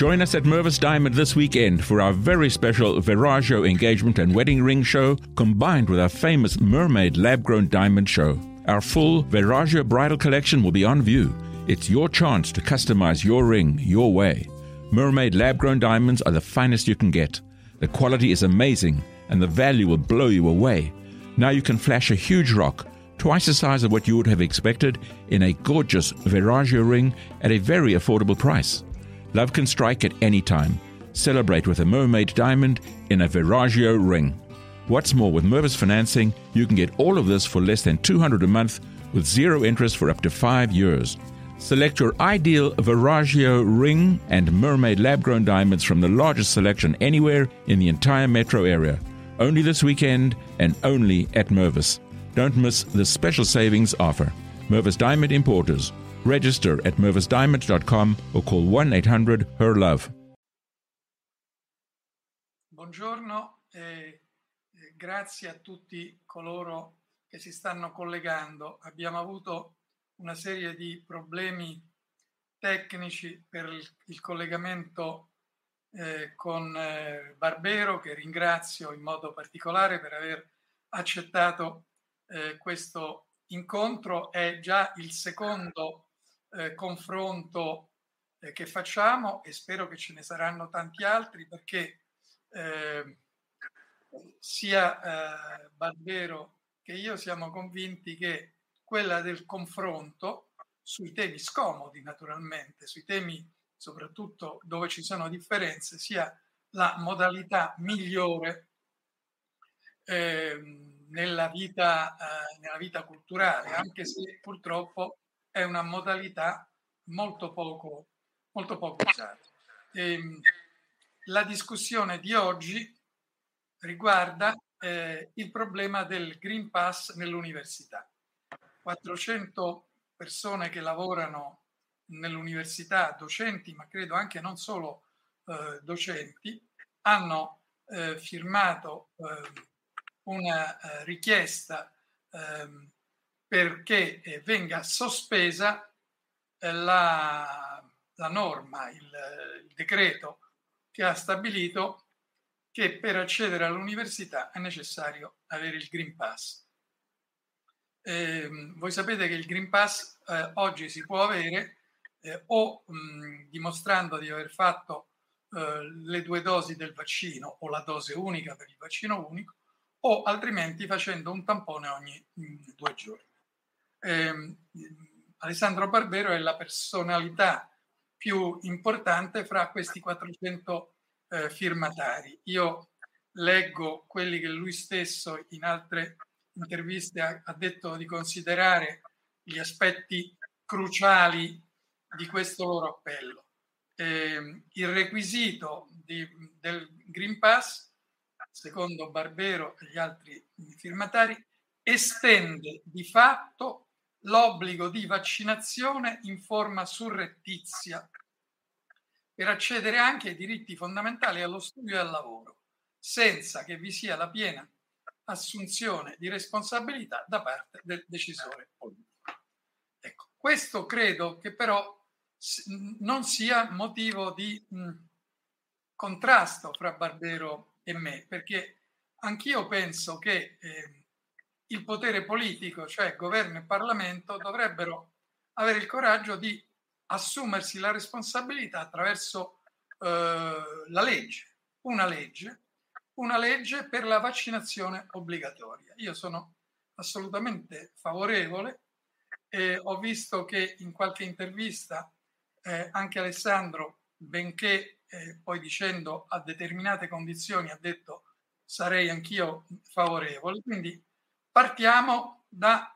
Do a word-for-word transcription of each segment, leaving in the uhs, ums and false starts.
Join us at Mervis Diamond this weekend for our very special Veragio engagement and wedding ring show, combined with our famous Mermaid lab-grown diamond show. Our full Veragio bridal collection will be on view. It's your chance to customize your ring your way. Mermaid lab-grown diamonds are the finest you can get. The quality is amazing, and the value will blow you away. Now you can flash a huge rock, twice the size of what you would have expected, in a gorgeous Veragio ring at a very affordable price. Love can strike at any time. Celebrate with a Mermaid diamond in a Veragio ring. What's more, with Mervis financing, you can get all of this for less than two hundred dollars a month with zero interest for up to five years. Select your ideal Veragio ring and Mermaid lab-grown diamonds from the largest selection anywhere in the entire metro area. Only this weekend and only at Mervis. Don't miss this special savings offer. Mervis Diamond Importers. Register at mervis diamond dot com or call one eight hundred H E R love. Buongiorno e grazie a tutti coloro che si stanno collegando. Abbiamo avuto una serie di problemi tecnici per il, il collegamento eh, con eh, Barbero, che ringrazio in modo particolare per aver accettato eh, questo incontro. È già il secondo eh, confronto eh, che facciamo e spero che ce ne saranno tanti altri, perché eh, sia eh, Barbero che io siamo convinti che quella del confronto sui temi scomodi, naturalmente, sui temi soprattutto dove ci sono differenze, sia la modalità migliore eh, nella vita, eh, nella vita culturale, anche se purtroppo è una modalità molto poco, molto poco usata. E, la discussione di oggi riguarda eh, il problema del Green Pass nell'università. quattrocento persone che lavorano nell'università, docenti, ma credo anche non solo eh, docenti, hanno eh, firmato eh, una eh, richiesta eh, perché eh, venga sospesa eh, la, la norma, il, il decreto che ha stabilito che per accedere all'università è necessario avere il Green Pass. Eh, voi sapete che il Green Pass eh, oggi si può avere eh, o mh, dimostrando di aver fatto eh, le due dosi del vaccino o la dose unica per il vaccino unico, o altrimenti facendo un tampone ogni mh, due giorni. Eh, Alessandro Barbero è la personalità più importante fra questi quattrocento eh, firmatari. Io leggo quelli che lui stesso in altre interviste ha, ha detto di considerare gli aspetti cruciali di questo loro appello. Eh, il requisito di, del Green Pass, secondo Barbero e gli altri firmatari, estende di fatto l'obbligo di vaccinazione in forma surrettizia per accedere anche ai diritti fondamentali allo studio e al lavoro, senza che vi sia la piena assunzione di responsabilità da parte del decisore politico. Ecco, questo credo che però non sia motivo di mh, contrasto fra Barbero e me, perché anch'io penso che eh, il potere politico, cioè governo e Parlamento, dovrebbero avere il coraggio di assumersi la responsabilità attraverso eh, la legge, una legge, una legge per la vaccinazione obbligatoria. Io sono assolutamente favorevole e ho visto che in qualche intervista eh, anche Alessandro, benché eh, poi dicendo a determinate condizioni, ha detto sarei anch'io favorevole. Quindi partiamo da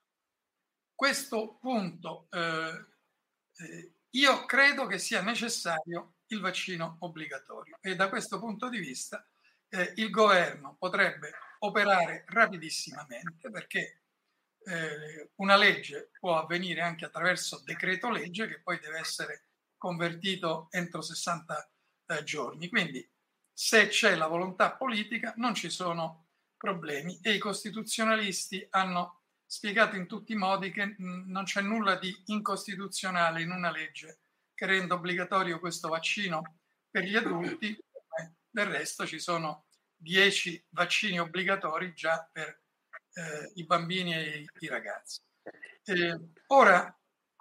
questo punto. Eh, eh, io credo che sia necessario il vaccino obbligatorio e da questo punto di vista eh, il governo potrebbe operare rapidissimamente, perché eh, una legge può avvenire anche attraverso decreto legge che poi deve essere convertito entro sessanta eh, giorni. Quindi se c'è la volontà politica non ci sono problemi e i costituzionalisti hanno spiegato in tutti i modi che mh, non c'è nulla di incostituzionale in una legge che rende obbligatorio questo vaccino per gli adulti. Del resto ci sono dieci vaccini obbligatori già per eh, i bambini e i, i ragazzi. Eh, ora,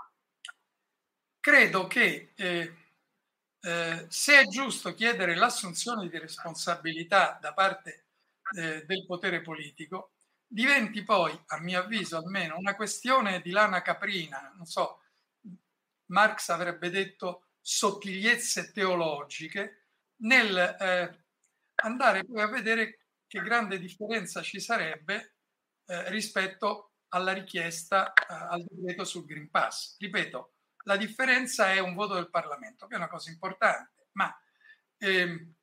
credo che eh, eh, se è giusto chiedere l'assunzione di responsabilità da parte eh, del potere politico, diventi poi, a mio avviso almeno, una questione di lana caprina, non so, Marx avrebbe detto sottigliezze teologiche, nel eh, andare poi a vedere che grande differenza ci sarebbe eh, rispetto alla richiesta eh, al decreto sul Green Pass. Ripeto, la differenza è un voto del Parlamento, che è una cosa importante, ma ehm,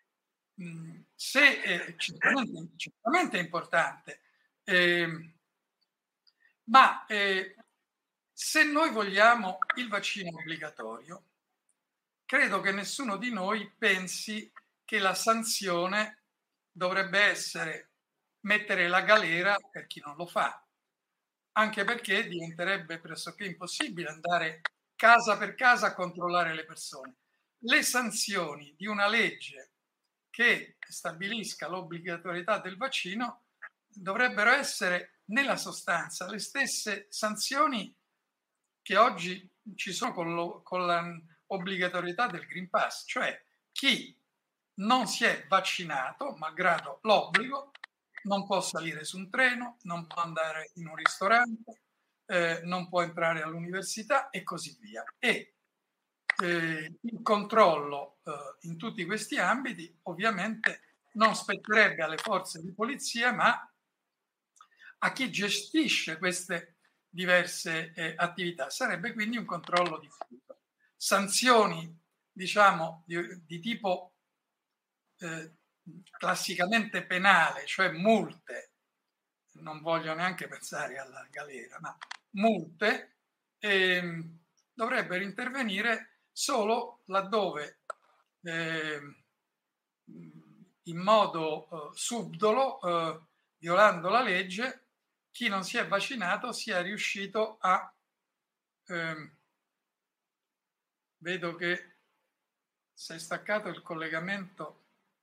se eh, certamente, certamente è importante, eh, ma eh, se noi vogliamo il vaccino obbligatorio, credo che nessuno di noi pensi che la sanzione dovrebbe essere mettere la galera per chi non lo fa, anche perché diventerebbe pressoché impossibile andare casa per casa a controllare le persone. Le sanzioni di una legge che stabilisca l'obbligatorietà del vaccino dovrebbero essere nella sostanza le stesse sanzioni che oggi ci sono con, lo, con l'obbligatorietà del Green Pass, cioè chi non si è vaccinato, malgrado l'obbligo, non può salire su un treno, non può andare in un ristorante, eh, non può entrare all'università e così via. E eh, il controllo eh, in tutti questi ambiti ovviamente non spetterebbe alle forze di polizia, ma a chi gestisce queste diverse eh, attività. Sarebbe quindi un controllo diffuso. Sanzioni, diciamo, di, di tipo eh, classicamente penale, cioè multe, non voglio neanche pensare alla galera, ma multe, eh, dovrebbero intervenire solo laddove eh, in modo eh, subdolo, eh, violando la legge, chi non si è vaccinato sia riuscito a... Eh, vedo che si è staccato il collegamento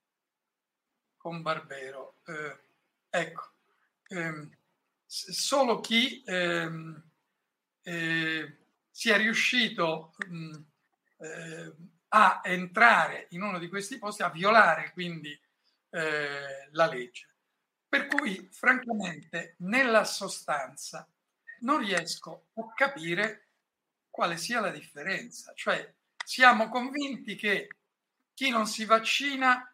con Barbero. Eh, ecco, ehm, solo chi ehm, eh, sia riuscito mh, eh, a entrare in uno di questi posti, a violare quindi eh, la legge. Per cui, francamente, nella sostanza non riesco a capire quale sia la differenza. Cioè, siamo convinti che chi non si vaccina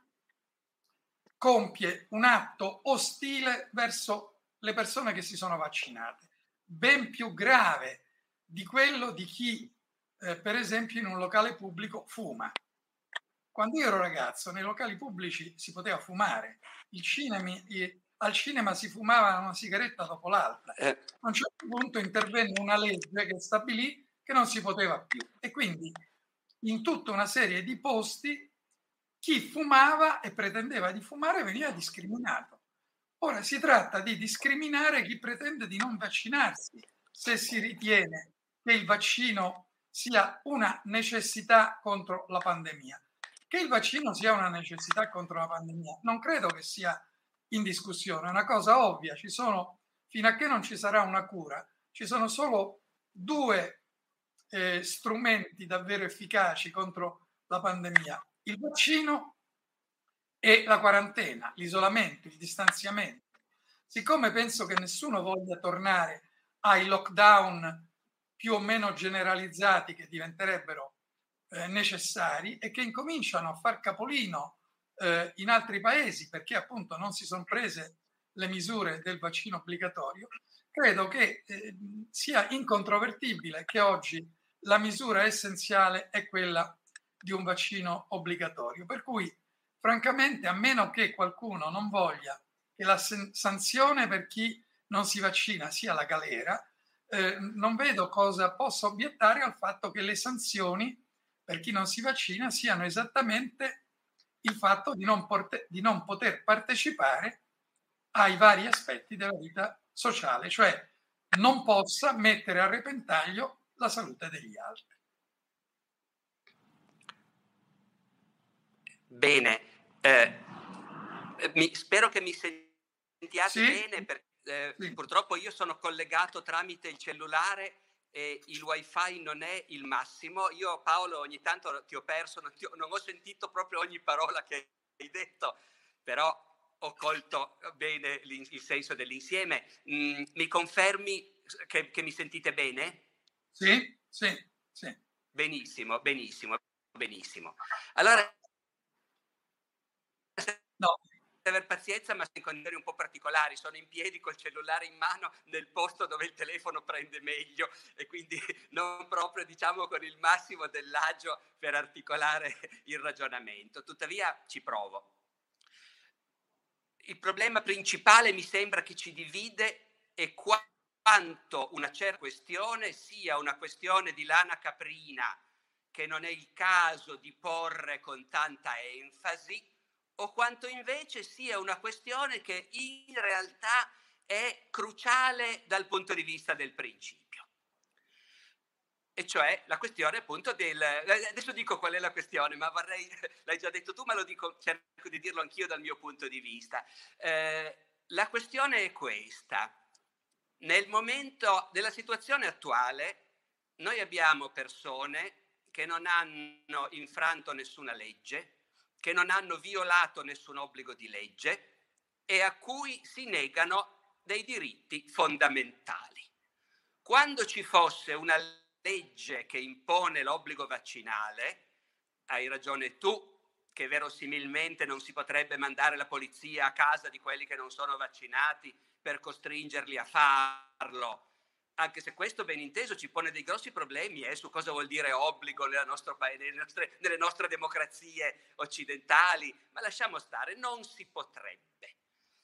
compie un atto ostile verso le persone che si sono vaccinate, ben più grave di quello di chi, eh, per esempio, in un locale pubblico fuma. Quando io ero ragazzo, nei locali pubblici si poteva fumare. Il cinema, al cinema si fumava una sigaretta dopo l'altra. A un certo punto intervenne una legge che stabilì che non si poteva più. E quindi in tutta una serie di posti chi fumava e pretendeva di fumare veniva discriminato. Ora si tratta di discriminare chi pretende di non vaccinarsi, se si ritiene che il vaccino sia una necessità contro la pandemia. Che il vaccino sia una necessità contro la pandemia non credo che sia in discussione, è una cosa ovvia. Ci sono, fino a che non ci sarà una cura, ci sono solo due eh, strumenti davvero efficaci contro la pandemia: il vaccino e la quarantena, l'isolamento, il distanziamento. Siccome penso che nessuno voglia tornare ai lockdown più o meno generalizzati che diventerebbero eh, necessari e che incominciano a far capolino eh, in altri paesi perché appunto non si sono prese le misure del vaccino obbligatorio, credo che eh, sia incontrovertibile che oggi la misura essenziale è quella di un vaccino obbligatorio. Per cui, francamente, a meno che qualcuno non voglia che la sanzione per chi non si vaccina sia la galera, eh, non vedo cosa possa obiettare al fatto che le sanzioni per chi non si vaccina siano esattamente il fatto di non, porte- di non poter partecipare ai vari aspetti della vita sociale, cioè non possa mettere a repentaglio la salute degli altri. Bene, eh, mi, spero che mi sentiate sì? bene, perché eh, sì. Purtroppo io sono collegato tramite il cellulare e il wifi non è il massimo. Io, Paolo, ogni tanto ti ho perso, non, ti ho, non ho sentito proprio ogni parola che hai detto, però ho colto bene il senso dell'insieme. Mm, mi confermi che, che mi sentite bene? Sì, sì, sì. Benissimo, benissimo, benissimo. Allora, no. aver pazienza, ma in condizioni un po' particolari. Sono in piedi col cellulare in mano nel posto dove il telefono prende meglio e quindi non proprio, diciamo, con il massimo dell'agio per articolare il ragionamento. Tuttavia ci provo. Il problema principale mi sembra che ci divide è quanto una certa questione sia una questione di lana caprina che non è il caso di porre con tanta enfasi, o quanto invece sia una questione che in realtà è cruciale dal punto di vista del principio. E cioè la questione appunto del... Adesso dico qual è la questione, ma vorrei... L'hai già detto tu, ma lo dico, cerco di dirlo anch'io dal mio punto di vista. Eh, la questione è questa. Nel momento della situazione attuale noi abbiamo persone che non hanno infranto nessuna legge, che non hanno violato nessun obbligo di legge e a cui si negano dei diritti fondamentali. Quando ci fosse una legge che impone l'obbligo vaccinale, hai ragione tu che verosimilmente non si potrebbe mandare la polizia a casa di quelli che non sono vaccinati per costringerli a farlo, anche se questo, ben inteso, ci pone dei grossi problemi eh, su cosa vuol dire obbligo nella nostro paese, nelle, nostre, nelle nostre democrazie occidentali, ma lasciamo stare, non si potrebbe.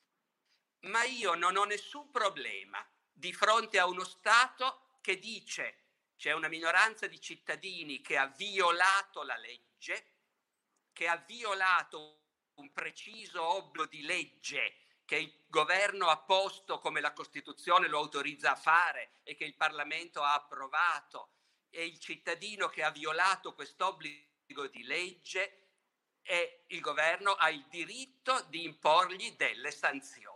Ma io non ho nessun problema di fronte a uno Stato che dice c'è una minoranza di cittadini che ha violato la legge, che ha violato un preciso obbligo di legge che il governo ha posto come la Costituzione lo autorizza a fare e che il Parlamento ha approvato, e il cittadino che ha violato quest'obbligo di legge e il governo ha il diritto di imporgli delle sanzioni.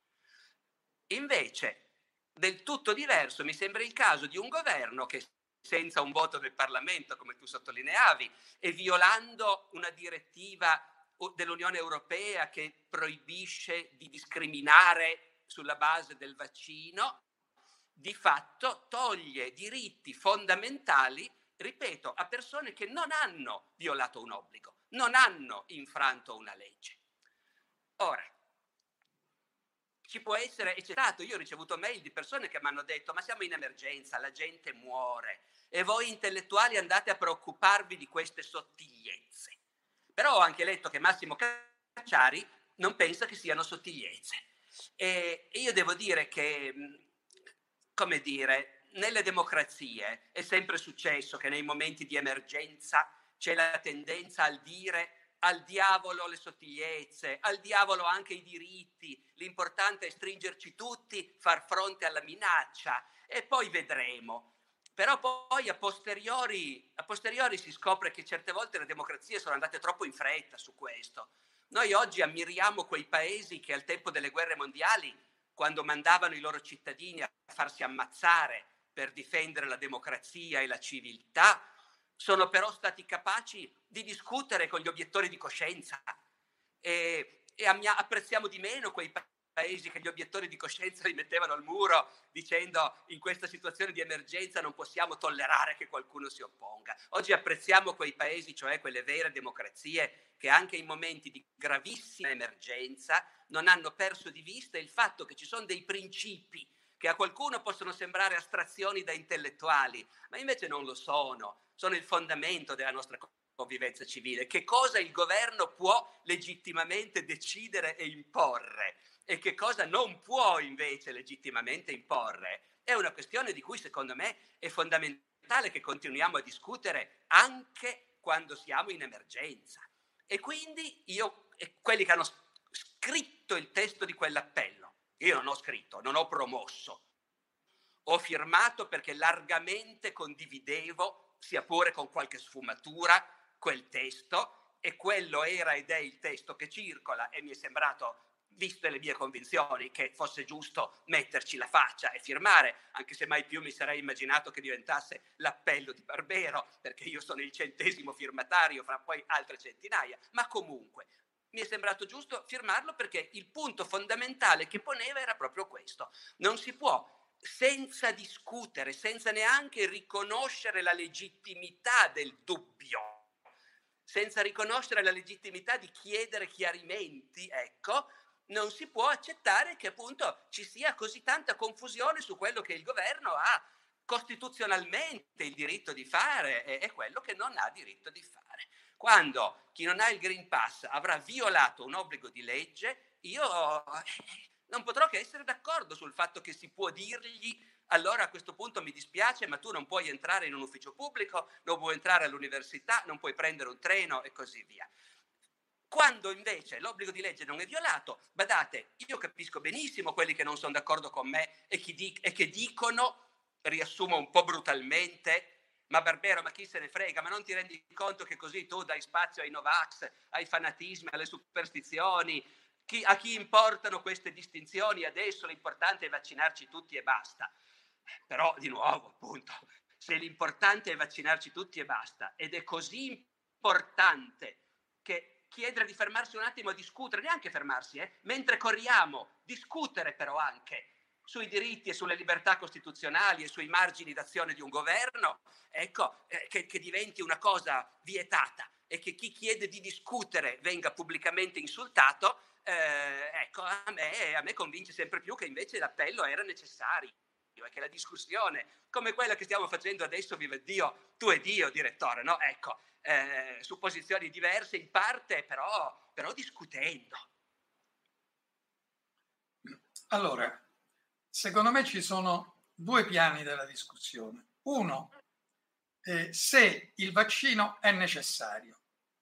Invece, del tutto diverso mi sembra il caso di un governo che senza un voto del Parlamento, come tu sottolineavi, e violando una direttiva dell'Unione Europea che proibisce di discriminare sulla base del vaccino, di fatto toglie diritti fondamentali, ripeto, a persone che non hanno violato un obbligo, non hanno infranto una legge. Ora, ci può essere, e c'è stato, io ho ricevuto mail di persone che mi hanno detto ma siamo in emergenza, la gente muore e voi intellettuali andate a preoccuparvi di queste sottigliezze. Però ho anche letto che Massimo Cacciari non pensa che siano sottigliezze. E io devo dire che, come dire, nelle democrazie è sempre successo che nei momenti di emergenza c'è la tendenza al dire al diavolo le sottigliezze, al diavolo anche i diritti, l'importante è stringerci tutti, far fronte alla minaccia e poi vedremo. Però poi a posteriori, a posteriori si scopre che certe volte le democrazie sono andate troppo in fretta su questo. Noi oggi ammiriamo quei paesi che al tempo delle guerre mondiali, quando mandavano i loro cittadini a farsi ammazzare per difendere la democrazia e la civiltà, sono però stati capaci di discutere con gli obiettori di coscienza e, e apprezziamo di meno quei paesi che gli obiettori di coscienza li mettevano al muro dicendo in questa situazione di emergenza non possiamo tollerare che qualcuno si opponga. Oggi apprezziamo quei paesi, cioè quelle vere democrazie, che anche in momenti di gravissima emergenza non hanno perso di vista il fatto che ci sono dei principi che a qualcuno possono sembrare astrazioni da intellettuali, ma invece non lo sono, sono il fondamento della nostra convivenza civile. Che cosa il governo può legittimamente decidere e imporre e che cosa non può invece legittimamente imporre è una questione di cui secondo me è fondamentale che continuiamo a discutere anche quando siamo in emergenza. E quindi io e quelli che hanno scritto il testo di quell'appello, io non ho scritto, non ho promosso, ho firmato perché largamente condividevo, sia pure con qualche sfumatura, quel testo e quello era ed è il testo che circola, e mi è sembrato, viste le mie convinzioni, che fosse giusto metterci la faccia e firmare, anche se mai più mi sarei immaginato che diventasse l'appello di Barbero, perché io sono il centesimo firmatario fra poi altre centinaia, ma comunque mi è sembrato giusto firmarlo perché il punto fondamentale che poneva era proprio questo: non si può, senza discutere, senza neanche riconoscere la legittimità del dubbio, senza riconoscere la legittimità di chiedere chiarimenti, ecco, non si può accettare che appunto ci sia così tanta confusione su quello che il governo ha costituzionalmente il diritto di fare e, e quello che non ha diritto di fare. Quando chi non ha il Green Pass avrà violato un obbligo di legge, io non potrò che essere d'accordo sul fatto che si può dirgli: allora a questo punto mi dispiace, ma tu non puoi entrare in un ufficio pubblico, non puoi entrare all'università, non puoi prendere un treno e così via. Quando invece l'obbligo di legge non è violato, badate, io capisco benissimo quelli che non sono d'accordo con me e, chi di- e che dicono, riassumo un po' brutalmente: ma Barbero, ma chi se ne frega, ma non ti rendi conto che così tu dai spazio ai Novax, ai fanatismi, alle superstizioni? Chi, a chi importano queste distinzioni? Adesso l'importante è vaccinarci tutti e basta. Però, di nuovo, appunto, se l'importante è vaccinarci tutti e basta, ed è così importante che chiedere di fermarsi un attimo a discutere, neanche fermarsi, eh, mentre corriamo, discutere però anche sui diritti e sulle libertà costituzionali e sui margini d'azione di un governo, ecco, eh, che, che diventi una cosa vietata e che chi chiede di discutere venga pubblicamente insultato, eh, ecco, a me, a me convince sempre più che invece l'appello era necessario e che la discussione, come quella che stiamo facendo adesso, viva Dio, tu e Dio, direttore, no? Ecco, eh, su posizioni diverse in parte, però, però discutendo. Allora, secondo me ci sono due piani della discussione. Uno, eh, se il vaccino è necessario,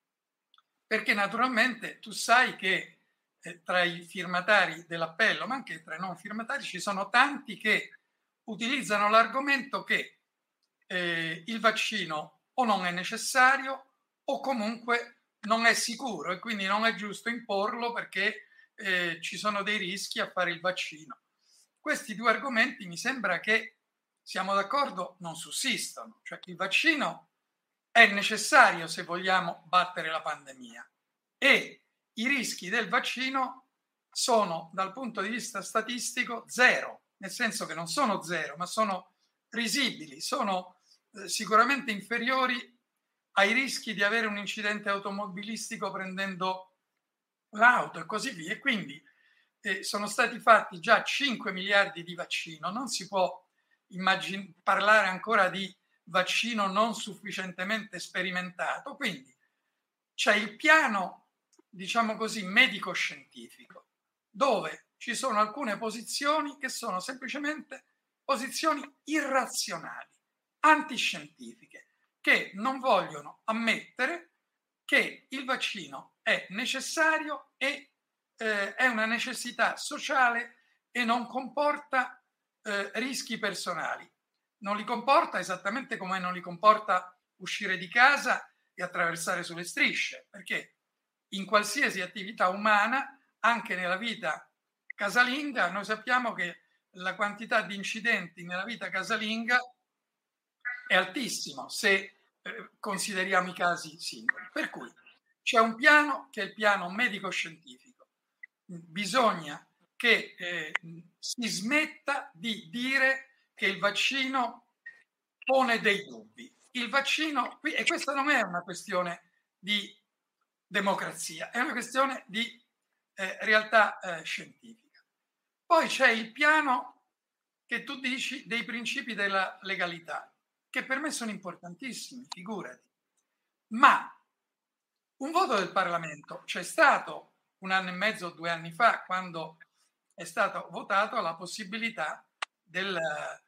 perché naturalmente tu sai che eh, tra i firmatari dell'appello, ma anche tra i non firmatari, ci sono tanti che utilizzano l'argomento che eh, il vaccino o non è necessario o comunque non è sicuro e quindi non è giusto imporlo perché eh, ci sono dei rischi a fare il vaccino. Questi due argomenti mi sembra che, siamo d'accordo, non sussistono. Cioè il vaccino è necessario se vogliamo battere la pandemia e i rischi del vaccino sono dal punto di vista statistico zero, nel senso che non sono zero, ma sono risibili, sono eh, sicuramente inferiori ai rischi di avere un incidente automobilistico prendendo l'auto e così via. E quindi eh, sono stati fatti già cinque miliardi di vaccino, non si può immagin- parlare ancora di vaccino non sufficientemente sperimentato, quindi c'è il piano, diciamo così, medico-scientifico, dove ci sono alcune posizioni che sono semplicemente posizioni irrazionali, antiscientifiche, che non vogliono ammettere che il vaccino è necessario e eh, è una necessità sociale e non comporta eh, rischi personali. Non li comporta esattamente come non li comporta uscire di casa e attraversare sulle strisce, perché in qualsiasi attività umana, anche nella vita casalinga, noi sappiamo che la quantità di incidenti nella vita casalinga è altissima se eh, consideriamo i casi singoli. Per cui c'è un piano che è il piano medico-scientifico. Bisogna che eh, si smetta di dire che il vaccino pone dei dubbi. Il vaccino, e questa non è una questione di democrazia, è una questione di eh, realtà eh, scientifica. Poi c'è il piano che tu dici dei principi della legalità, che per me sono importantissimi, figurati. Ma un voto del Parlamento c'è stato un anno e mezzo, due anni fa, quando è stato votato la possibilità del,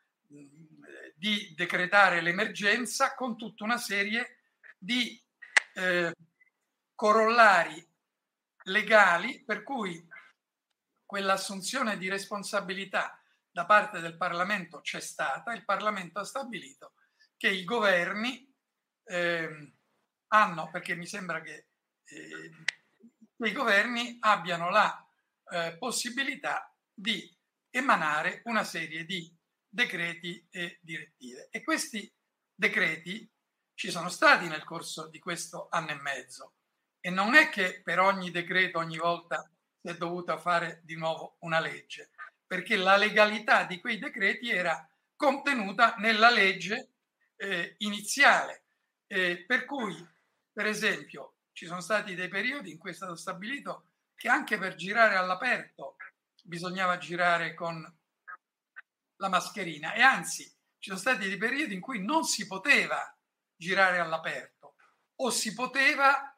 di decretare l'emergenza con tutta una serie di eh, corollari legali, per cui quell'assunzione di responsabilità da parte del Parlamento c'è stata. Il Parlamento ha stabilito che i governi eh, hanno, perché mi sembra che eh, i governi abbiano la eh, possibilità di emanare una serie di decreti e direttive. E questi decreti ci sono stati nel corso di questo anno e mezzo, e non è che per ogni decreto ogni volta si è dovuta fare di nuovo una legge, perché la legalità di quei decreti era contenuta nella legge eh, iniziale, eh, per cui, per esempio, ci sono stati dei periodi in cui è stato stabilito che anche per girare all'aperto bisognava girare con la mascherina, e anzi ci sono stati dei periodi in cui non si poteva girare all'aperto, o si poteva,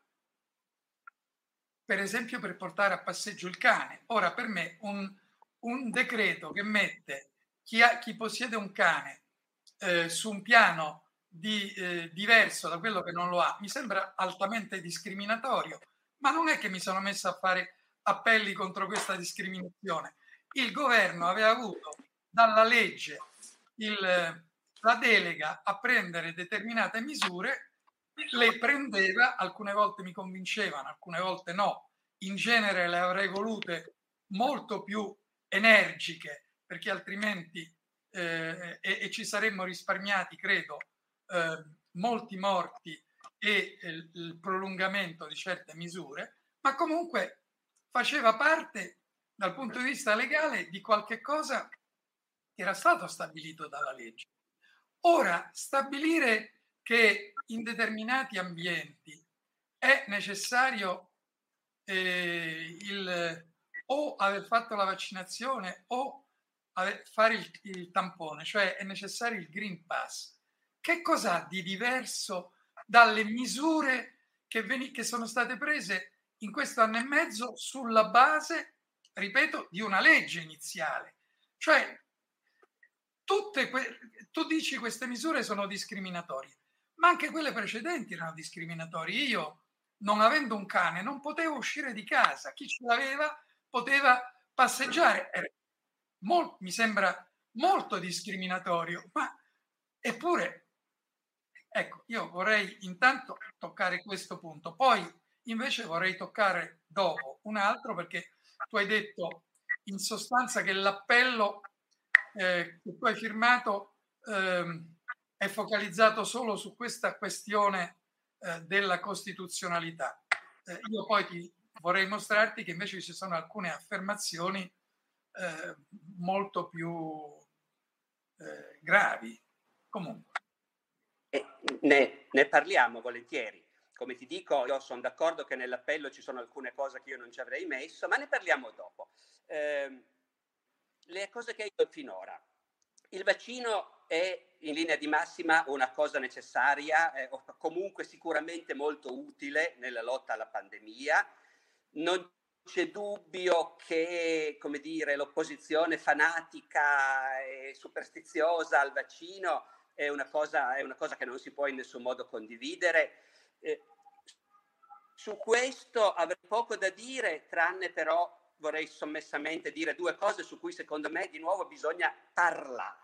per esempio, per portare a passeggio il cane. Ora, per me un, un decreto che mette chi, ha, chi possiede un cane eh, su un piano di, eh, diverso da quello che non lo ha mi sembra altamente discriminatorio, ma non è che mi sono messo a fare appelli contro questa discriminazione. Il governo aveva avuto dalla legge il, la delega a prendere determinate misure, le prendeva, alcune volte mi convincevano, alcune volte no, in genere le avrei volute molto più energiche, perché altrimenti eh, e, e ci saremmo risparmiati, credo, eh, molti morti e il, il prolungamento di certe misure, ma comunque faceva parte dal punto di vista legale di qualche cosa che era stato stabilito dalla legge. Ora, stabilire che in determinati ambienti è necessario eh, il, o aver fatto la vaccinazione o aver, fare il, il tampone, cioè è necessario il Green Pass. Che cos'ha di diverso dalle misure che, ven- che sono state prese in questo anno e mezzo sulla base, ripeto, di una legge iniziale? Cioè, tutte que- tu dici queste misure sono discriminatorie, ma anche quelle precedenti erano discriminatorie. Io, non avendo un cane, non potevo uscire di casa. Chi ce l'aveva poteva passeggiare. Era mol- mi sembra molto discriminatorio, ma eppure, ecco, io vorrei intanto toccare questo punto, poi invece vorrei toccare dopo un altro, perché tu hai detto in sostanza che l'appello eh, che tu hai firmato eh, è focalizzato solo su questa questione eh, della costituzionalità. Eh, io poi ti vorrei mostrarti che invece ci sono alcune affermazioni eh, molto più eh, gravi. Comunque. E ne, ne parliamo volentieri. Come ti dico, io sono d'accordo che nell'appello ci sono alcune cose che io non ci avrei messo, ma ne parliamo dopo. Eh, le cose che io finora. Il vaccino è in linea di massima una cosa necessaria, eh, o comunque sicuramente molto utile nella lotta alla pandemia. Non c'è dubbio che, come dire, l'opposizione fanatica e superstiziosa al vaccino è una cosa, è una cosa che non si può in nessun modo condividere. Eh, su questo avrei poco da dire, tranne però vorrei sommessamente dire due cose su cui secondo me di nuovo bisogna parlare.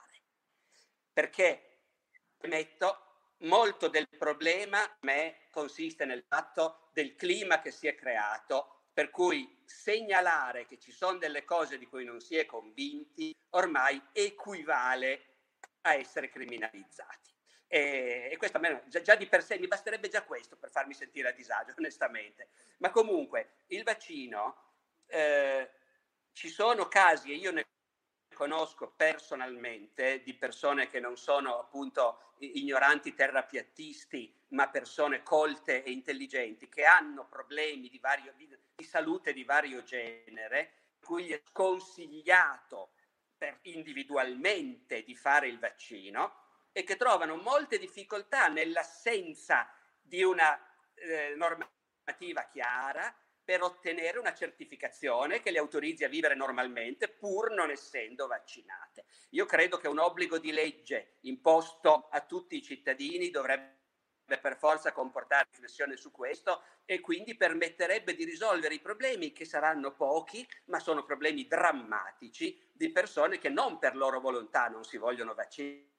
Perché, premetto, molto del problema a me consiste nel fatto del clima che si è creato, per cui segnalare che ci sono delle cose di cui non si è convinti ormai equivale a essere criminalizzati. E, e questo a me già, già di per sé mi basterebbe già questo per farmi sentire a disagio, onestamente. Ma comunque il vaccino, eh, ci sono casi, e io ne conosco personalmente, di persone che non sono appunto ignoranti terrapiattisti, ma persone colte e intelligenti che hanno problemi di, vario, di, di salute di vario genere, cui gli è consigliato per individualmente di fare il vaccino e che trovano molte difficoltà nell'assenza di una eh, normativa chiara per ottenere una certificazione che le autorizzi a vivere normalmente pur non essendo vaccinate. Io credo che un obbligo di legge imposto a tutti i cittadini dovrebbe per forza comportare riflessione su questo e quindi permetterebbe di risolvere i problemi, che saranno pochi, ma sono problemi drammatici, di persone che non per loro volontà non si vogliono vaccinare,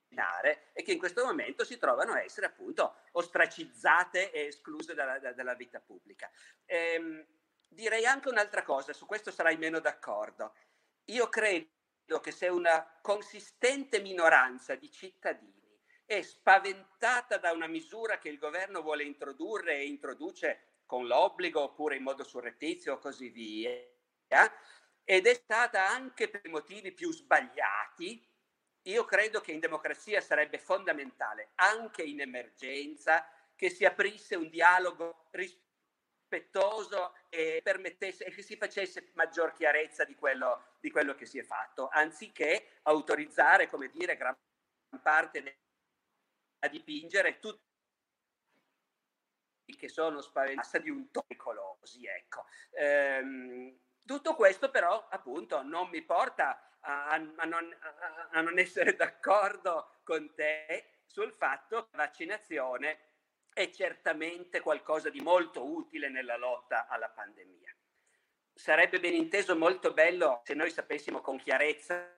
e che in questo momento si trovano a essere appunto ostracizzate e escluse dalla, dalla vita pubblica. Ehm, direi anche un'altra cosa, su questo sarai meno d'accordo. Io credo che se una consistente minoranza di cittadini è spaventata da una misura che il governo vuole introdurre e introduce con l'obbligo oppure in modo surrettizio o così via, ed è stata anche per i motivi più sbagliati, io credo che in democrazia sarebbe fondamentale, anche in emergenza, che si aprisse un dialogo rispettoso e permettesse e che si facesse maggior chiarezza di quello, di quello che si è fatto, anziché autorizzare, come dire, gran parte de- a dipingere tutti che sono spaventati di un pericolosi, ecco. Ehm, tutto questo però appunto non mi porta a, a, non, a, a non essere d'accordo con te sul fatto che la vaccinazione è certamente qualcosa di molto utile nella lotta alla pandemia. Sarebbe ben inteso molto bello se noi sapessimo con chiarezza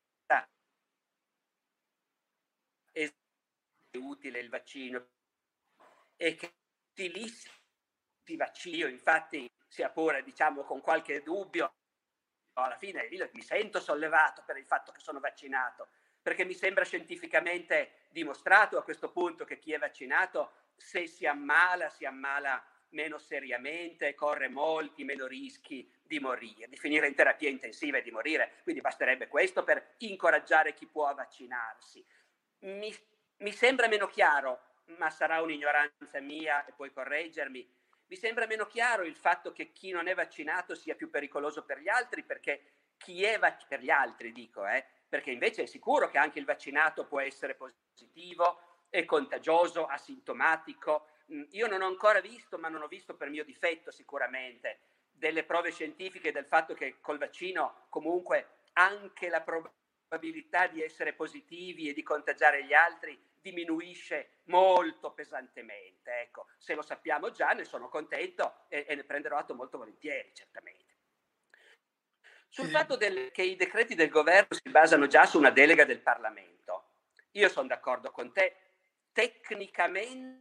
è utile il vaccino e che utilissimi vaccini, io infatti sia pure diciamo con qualche dubbio, alla fine io mi sento sollevato per il fatto che sono vaccinato, perché mi sembra scientificamente dimostrato a questo punto che chi è vaccinato, se si ammala, si ammala meno seriamente, corre molti meno rischi di morire, di finire in terapia intensiva e di morire, quindi basterebbe questo per incoraggiare chi può a vaccinarsi. Mi, mi sembra meno chiaro, ma sarà un'ignoranza mia e puoi correggermi, mi sembra meno chiaro il fatto che chi non è vaccinato sia più pericoloso per gli altri, perché chi è vac- per gli altri dico, eh, perché invece è sicuro che anche il vaccinato può essere positivo, è contagioso, asintomatico. Io non ho ancora visto, ma non ho visto per mio difetto sicuramente, delle prove scientifiche del fatto che col vaccino comunque anche la probabilità di essere positivi e di contagiare gli altri diminuisce molto pesantemente. Ecco, se lo sappiamo già ne sono contento e, e ne prenderò atto molto volentieri, certamente. Sul sì. fatto del, che i decreti del governo si basano già su una delega del Parlamento, io sono d'accordo con te, tecnicamente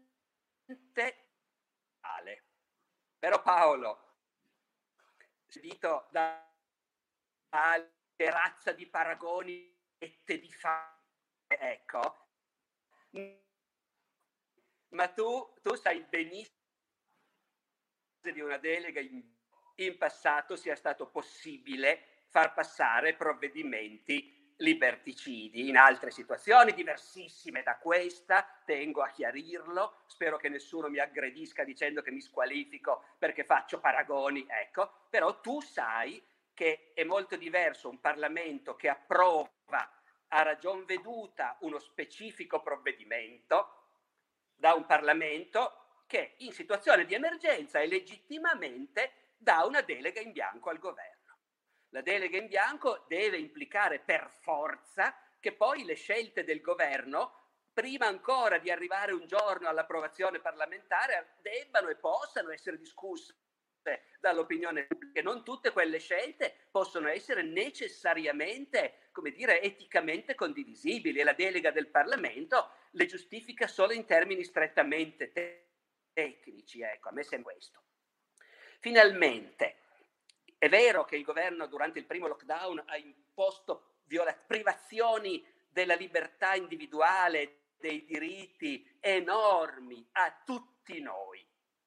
vale. Però Paolo, sentito da razza di paragoni e di fa, ecco, ma tu, tu sai benissimo che di una delega in, in passato sia stato possibile far passare provvedimenti liberticidi in altre situazioni diversissime da questa, tengo a chiarirlo, spero che nessuno mi aggredisca dicendo che mi squalifico perché faccio paragoni, ecco, però tu sai che è molto diverso un Parlamento che approva a ragion veduta uno specifico provvedimento da un Parlamento che in situazione di emergenza e legittimamente dà una delega in bianco al governo. La delega in bianco deve implicare per forza che poi le scelte del governo, prima ancora di arrivare un giorno all'approvazione parlamentare, debbano e possano essere discusse dall'opinione pubblica. Non tutte quelle scelte possono essere necessariamente, come dire, eticamente condivisibili, e la delega del Parlamento le giustifica solo in termini strettamente te- tecnici. Ecco, a me sembra questo. Finalmente, è vero che il governo durante il primo lockdown ha imposto viola- privazioni della libertà individuale, dei diritti enormi a tutti noi.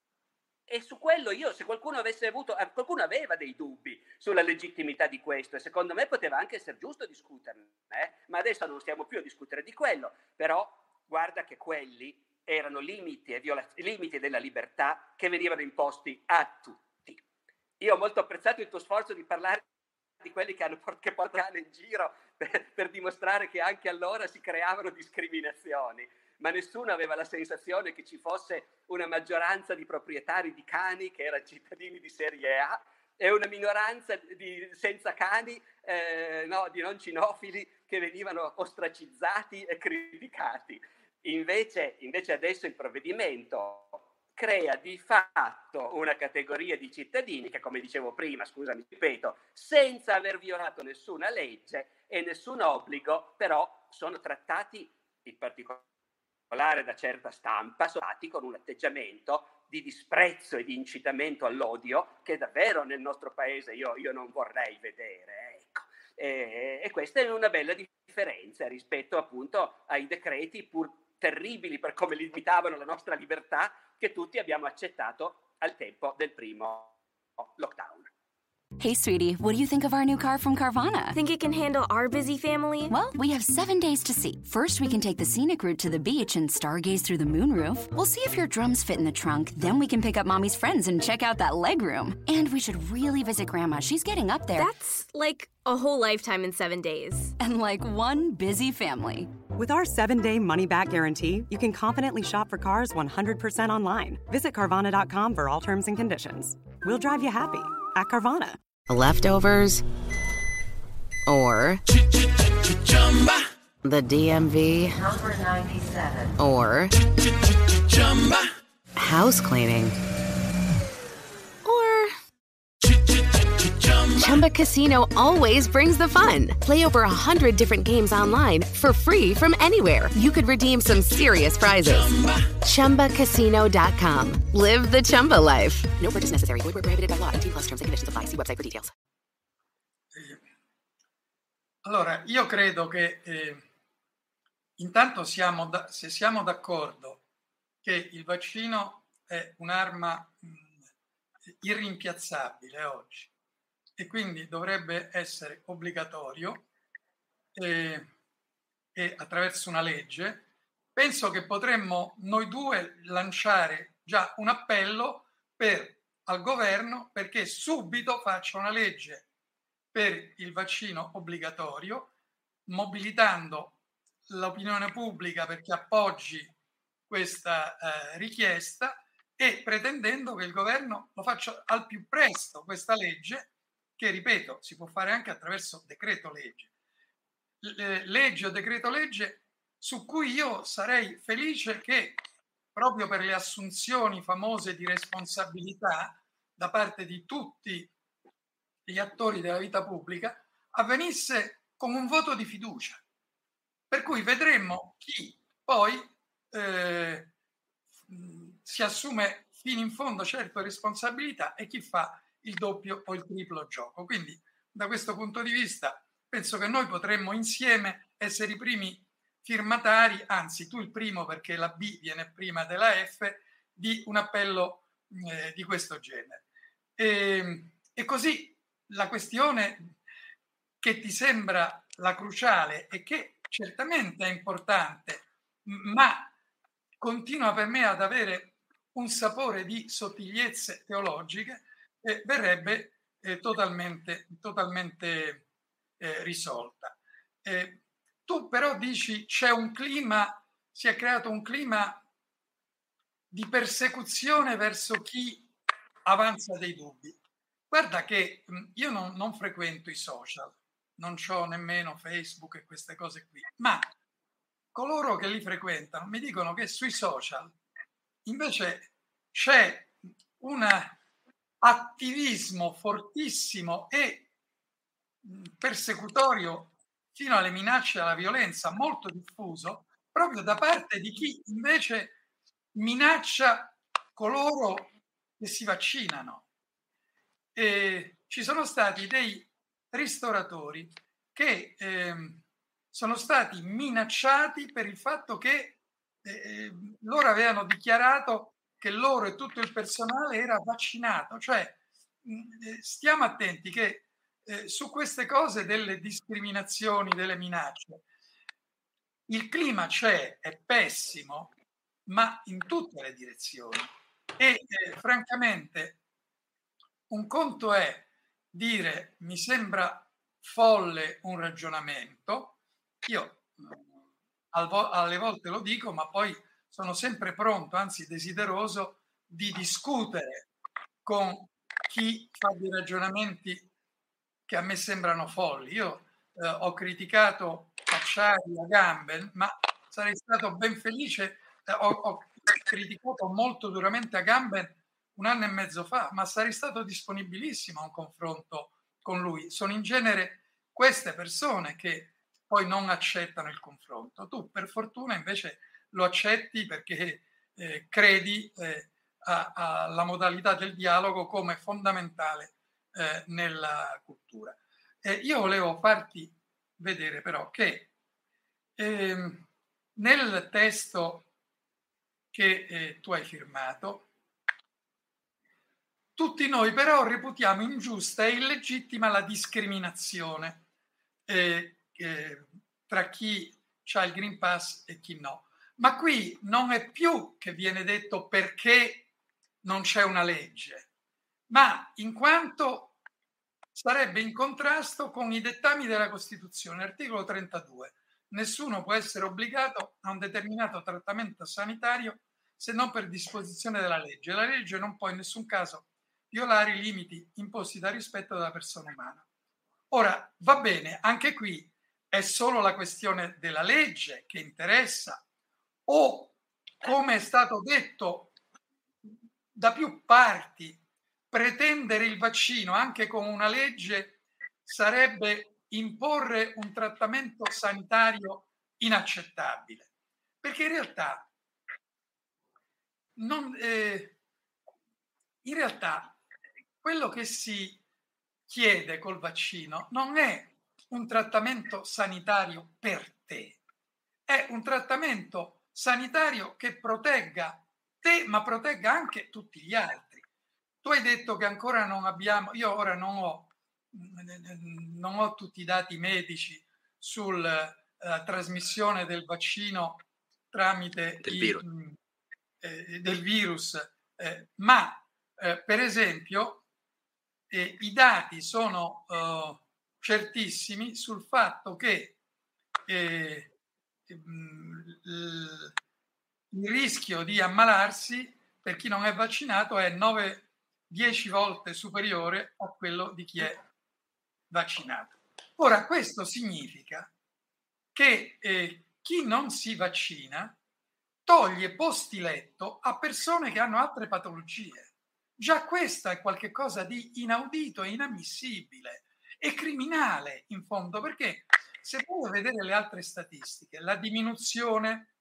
E su quello io, se qualcuno avesse avuto, qualcuno aveva dei dubbi sulla legittimità di questo, e secondo me poteva anche essere giusto discuterne, eh? Ma adesso non stiamo più a discutere di quello, però guarda che quelli erano limiti, e viola- limiti della libertà che venivano imposti a tutti. Io ho molto apprezzato il tuo sforzo di parlare di quelli che, hanno, che portano in giro per, per dimostrare che anche allora si creavano discriminazioni, ma nessuno aveva la sensazione che ci fosse una maggioranza di proprietari di cani che erano cittadini di serie A e una minoranza di, senza cani, eh, no, di non cinofili che venivano ostracizzati e criticati. Invece, invece adesso il provvedimento crea di fatto una categoria di cittadini che, come dicevo prima, scusami, ripeto, senza aver violato nessuna legge e nessun obbligo, però sono trattati in particolare da certa stampa, sono stati con un atteggiamento di disprezzo e di incitamento all'odio che davvero nel nostro paese io, io non vorrei vedere, ecco. E, e questa è una bella differenza rispetto appunto ai decreti pur terribili per come limitavano la nostra libertà che tutti abbiamo accettato al tempo del primo lockdown. Hey, sweetie, what do you think of our new car from Carvana? Think it can handle our busy family? Well, we have seven days to see. First, we can take the scenic route to the beach and stargaze through the moonroof. We'll see if your drums fit in the trunk. Then we can pick up Mommy's friends and check out that legroom. And we should really visit Grandma. She's getting up there. That's like a whole lifetime in seven days. And like one busy family. With our seven-day money-back guarantee, you can confidently shop for cars one hundred percent online. Visit Carvana dot com for all terms and conditions. We'll drive you happy at Carvana. Leftovers or the D M V number ninety-seven or house cleaning or Chumba Casino always brings the fun. Play over a hundred different games online for free from anywhere. You could redeem some serious prizes. Chumba Casino dot com. Live the Chumba life. No purchase necessary. Void where prohibited by law. eighteen plus terms and conditions apply. See website for details. Allora, io credo che eh, intanto siamo da, se siamo d'accordo che il vaccino è un'arma mh, irrimpiazzabile oggi e quindi dovrebbe essere obbligatorio eh, e attraverso una legge, penso che potremmo noi due lanciare già un appello per, al governo perché subito faccia una legge per il vaccino obbligatorio, mobilitando l'opinione pubblica perché appoggi questa eh, richiesta e pretendendo che il governo lo faccia al più presto questa legge, che ripeto si può fare anche attraverso decreto legge, Le, legge o decreto legge su cui io sarei felice che proprio per le assunzioni famose di responsabilità da parte di tutti gli attori della vita pubblica avvenisse con un voto di fiducia, per cui vedremmo chi poi eh, si assume fino in fondo certo responsabilità e chi fa il doppio o il triplo gioco. Quindi da questo punto di vista penso che noi potremmo insieme essere i primi firmatari, anzi tu il primo perché la B viene prima della F, di un appello eh, di questo genere. E, e così la questione che ti sembra la cruciale e che certamente è importante, ma continua per me ad avere un sapore di sottigliezze teologiche, eh, verrebbe eh, totalmente, totalmente eh, risolta. Eh, tu però dici c'è un clima, si è creato un clima di persecuzione verso chi avanza dei dubbi. Guarda che io non, non frequento i social, non c'ho nemmeno Facebook e queste cose qui, ma coloro che li frequentano mi dicono che sui social invece c'è un attivismo fortissimo e persecutorio fino alle minacce alla violenza molto diffuso proprio da parte di chi invece minaccia coloro che si vaccinano. E ci sono stati dei ristoratori che eh, sono stati minacciati per il fatto che eh, loro avevano dichiarato che loro e tutto il personale era vaccinato. Cioè mh, stiamo attenti che eh, su queste cose delle discriminazioni, delle minacce, il clima c'è, è pessimo, ma in tutte le direzioni. E eh, francamente un conto è dire mi sembra folle un ragionamento, io al vo- alle volte lo dico, ma poi sono sempre pronto, anzi desideroso, di discutere con chi fa dei ragionamenti che a me sembrano folli. Io eh, ho criticato Acciari, Agamben, ma sarei stato ben felice, eh, ho, ho criticato molto duramente Agamben un anno e mezzo fa, ma sarei stato disponibilissimo a un confronto con lui. Sono in genere queste persone che poi non accettano il confronto. Tu per fortuna invece lo accetti perché eh, credi eh, alla modalità del dialogo come fondamentale eh, nella cultura. Eh, io volevo farti vedere però che eh, nel testo che eh, tu hai firmato, tutti noi però reputiamo ingiusta e illegittima la discriminazione eh, eh, tra chi ha il Green Pass e chi no. Ma qui non è più che viene detto perché non c'è una legge, ma in quanto sarebbe in contrasto con i dettami della Costituzione. Articolo trentadue. Nessuno può essere obbligato a un determinato trattamento sanitario se non per disposizione della legge. La legge non può in nessun caso violare i limiti imposti dal rispetto della persona umana. Ora, va bene, anche qui è solo la questione della legge che interessa, o, come è stato detto da più parti, pretendere il vaccino anche con una legge sarebbe imporre un trattamento sanitario inaccettabile, perché in realtà non, eh, in realtà quello che si chiede col vaccino non è un trattamento sanitario per te, è un trattamento sanitario che protegga te, ma protegga anche tutti gli altri. Tu hai detto che ancora non abbiamo, io ora non ho, non ho tutti i dati medici sulla uh, trasmissione del vaccino tramite del i, virus, mh, eh, del virus eh, ma eh, per esempio eh, i dati sono uh, certissimi sul fatto che eh, il rischio di ammalarsi per chi non è vaccinato è nove dieci volte superiore a quello di chi è vaccinato. Ora, questo significa che eh, chi non si vaccina toglie posti letto a persone che hanno altre patologie. Già questa è qualcosa di inaudito e inammissibile e criminale in fondo, perché se vuoi vedere le altre statistiche, la diminuzione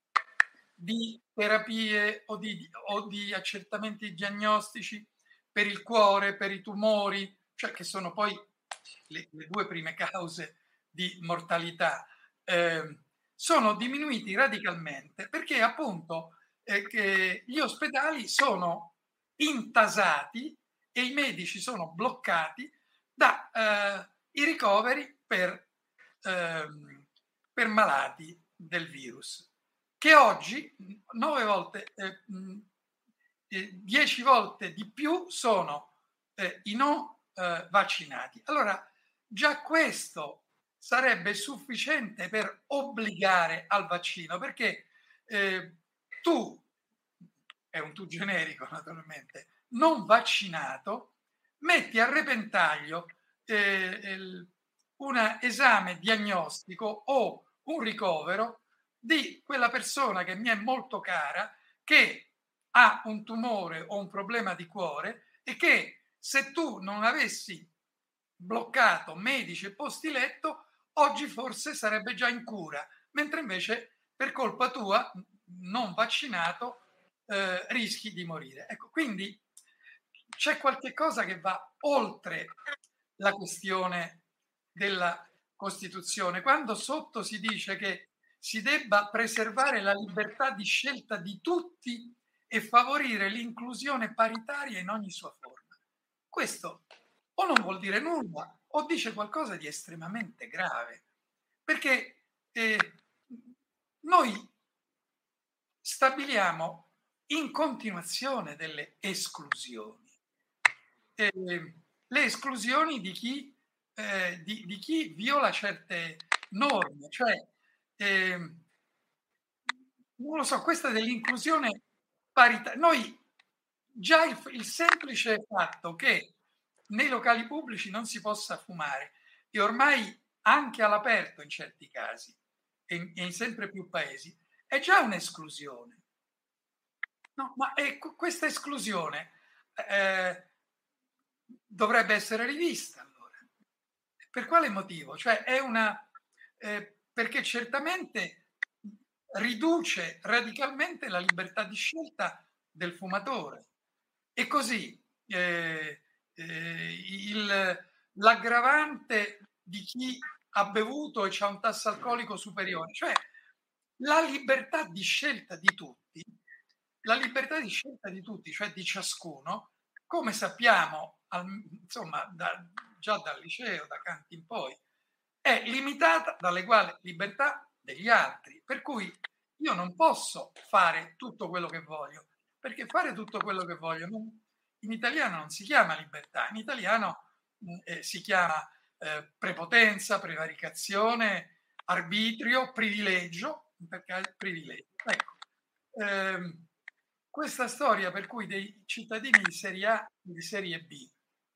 di terapie o di, o di accertamenti diagnostici per il cuore, per i tumori, cioè che sono poi le, le due prime cause di mortalità, eh, sono diminuiti radicalmente perché appunto eh, che gli ospedali sono intasati e i medici sono bloccati da eh, i ricoveri per, eh, per malati del virus, che oggi nove volte, eh, eh, dieci volte di più sono eh, i non eh, vaccinati. Allora già questo sarebbe sufficiente per obbligare al vaccino, perché eh, tu, è un tu generico naturalmente, non vaccinato, metti a repentaglio eh, un esame diagnostico o un ricovero di quella persona che mi è molto cara, che ha un tumore o un problema di cuore e che se tu non avessi bloccato medici e posti letto, oggi forse sarebbe già in cura, mentre invece per colpa tua, non vaccinato, eh, rischi di morire. Ecco, quindi c'è qualche cosa che va oltre la questione della Costituzione. Quando sotto si dice che si debba preservare la libertà di scelta di tutti e favorire l'inclusione paritaria in ogni sua forma, questo o non vuol dire nulla o dice qualcosa di estremamente grave, perché eh, noi stabiliamo in continuazione delle esclusioni, eh, le esclusioni di chi, eh, di, di chi viola certe norme, cioè eh, non lo so, questa dell'inclusione paritaria. Noi già il, il semplice fatto che nei locali pubblici non si possa fumare e ormai anche all'aperto in certi casi e in, e in sempre più paesi è già un'esclusione. No, ma è, questa esclusione eh, dovrebbe essere rivista allora. Per quale motivo? Cioè è una eh, perché certamente riduce radicalmente la libertà di scelta del fumatore. E così eh, eh, il, l'aggravante di chi ha bevuto e c'ha un tasso alcolico superiore, cioè la libertà di scelta di tutti, la libertà di scelta di tutti, cioè di ciascuno, come sappiamo, al, insomma, da, già dal liceo, da Kant in poi, è limitata dall'eguale libertà degli altri. Per cui io non posso fare tutto quello che voglio, perché fare tutto quello che voglio non, in italiano non si chiama libertà, in italiano eh, si chiama eh, prepotenza, prevaricazione, arbitrio, privilegio, perché è privilegio. Ecco, ehm, questa storia per cui dei cittadini di serie A e di serie B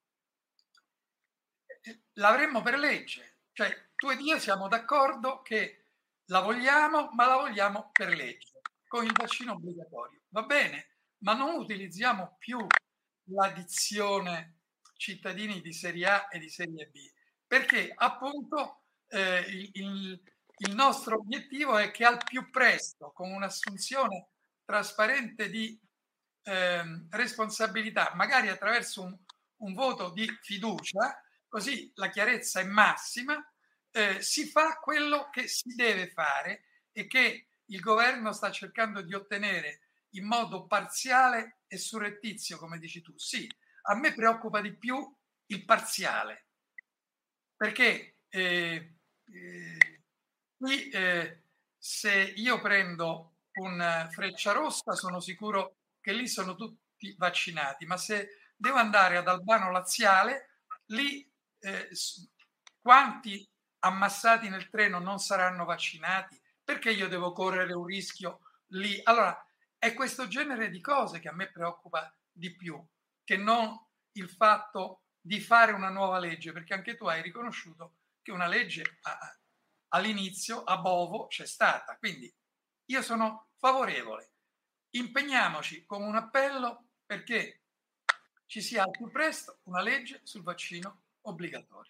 l'avremmo per legge, cioè tu ed io siamo d'accordo che la vogliamo, ma la vogliamo per legge, con il vaccino obbligatorio. Va bene, ma non utilizziamo più la dizione cittadini di serie A e di serie B, perché appunto eh, il, il nostro obiettivo è che al più presto, con un'assunzione trasparente di eh, responsabilità, magari attraverso un, un voto di fiducia, così la chiarezza è massima, eh, si fa quello che si deve fare e che il governo sta cercando di ottenere in modo parziale e surrettizio, come dici tu. Sì, a me preoccupa di più il parziale, perché eh, eh, qui eh, se io prendo un Frecciarossa sono sicuro che lì sono tutti vaccinati, ma se devo andare ad Albano Laziale, lì eh, quanti ammassati nel treno non saranno vaccinati? Perché io devo correre un rischio lì? Allora, è questo genere di cose che a me preoccupa di più, che non il fatto di fare una nuova legge, perché anche tu hai riconosciuto che una legge a, all'inizio a Bovo c'è stata, quindi io sono favorevole. Impegniamoci con un appello perché ci sia al più presto una legge sul vaccino obbligatorio.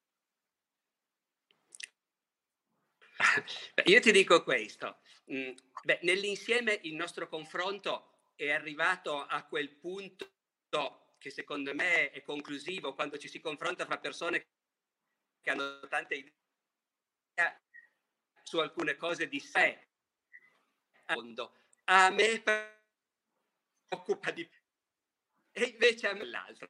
Io ti dico questo, beh, nell'insieme il nostro confronto è arrivato a quel punto che secondo me è conclusivo quando ci si confronta fra persone che hanno tante idee su alcune cose di sé. A me preoccupa di più e invece a me l'altro.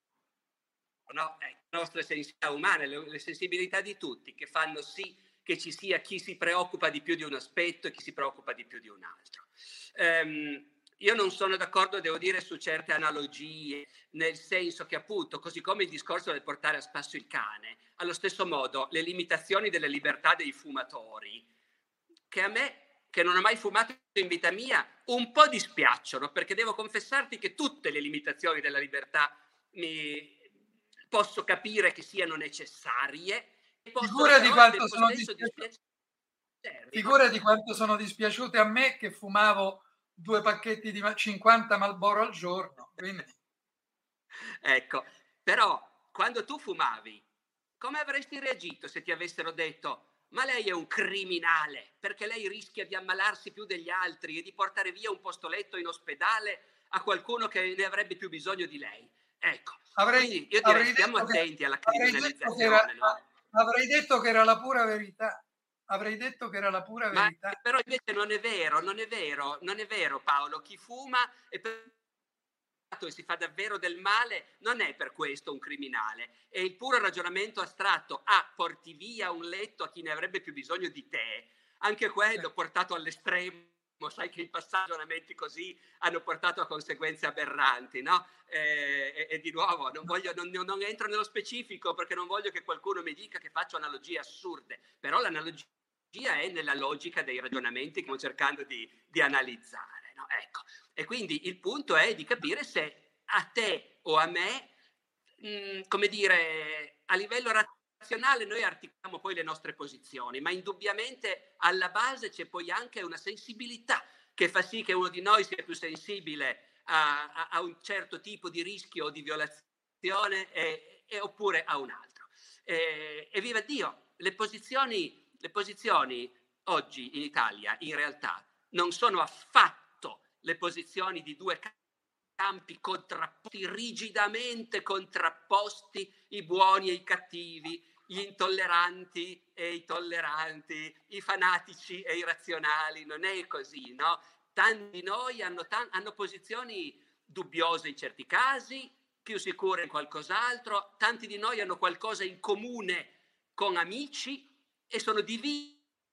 No, eh, le nostre sensibilità umane, le, le sensibilità di tutti che fanno sì che ci sia chi si preoccupa di più di un aspetto e chi si preoccupa di più di un altro. Um, io non sono d'accordo, devo dire, su certe analogie, nel senso che appunto, così come il discorso del portare a spasso il cane, allo stesso modo le limitazioni delle libertà dei fumatori, che a me, che non ho mai fumato in vita mia, un po' dispiacciono, perché devo confessarti che tutte le limitazioni della libertà mi posso capire che siano necessarie. Figura di quanto sono dispiaciute. Figura di quanto sono dispiaciute a me che fumavo due pacchetti di cinquanta Marlboro al giorno. Quindi. Ecco, però quando tu fumavi, come avresti reagito se ti avessero detto ma lei è un criminale perché lei rischia di ammalarsi più degli altri e di portare via un posto letto in ospedale a qualcuno che ne avrebbe più bisogno di lei? Ecco, avrei, quindi io direi stiamo attenti che, alla criminalizzazione, era, no? Avrei detto che era la pura verità. Avrei detto che era la pura Ma, verità. Però invece non è vero, non è vero, non è vero Paolo. Chi fuma e, per... e si fa davvero del male non è per questo un criminale. È il puro ragionamento astratto. Ah, porti via un letto a chi ne avrebbe più bisogno di te. Anche quello sì. Portato all'estremo. Sai che i ragionamenti così hanno portato a conseguenze aberranti, no? E, e, e di nuovo non, voglio, non, non entro nello specifico perché non voglio che qualcuno mi dica che faccio analogie assurde, però l'analogia è nella logica dei ragionamenti che stiamo cercando di, di analizzare, no? Ecco. E quindi il punto è di capire se a te o a me, mh, come dire, a livello razionale noi articoliamo poi le nostre posizioni, ma indubbiamente alla base c'è poi anche una sensibilità che fa sì che uno di noi sia più sensibile a, a, a un certo tipo di rischio o di violazione e, e oppure a un altro. E, e viva Dio, le posizioni Le posizioni oggi in Italia in realtà non sono affatto le posizioni di due campi contrapposti, rigidamente contrapposti, i buoni e i cattivi, gli intolleranti e i tolleranti, i fanatici e i razionali. Non è così, no? Tanti di noi hanno, t- hanno posizioni dubbiose in certi casi, più sicure in qualcos'altro. Tanti di noi hanno qualcosa in comune con amici e sono divisi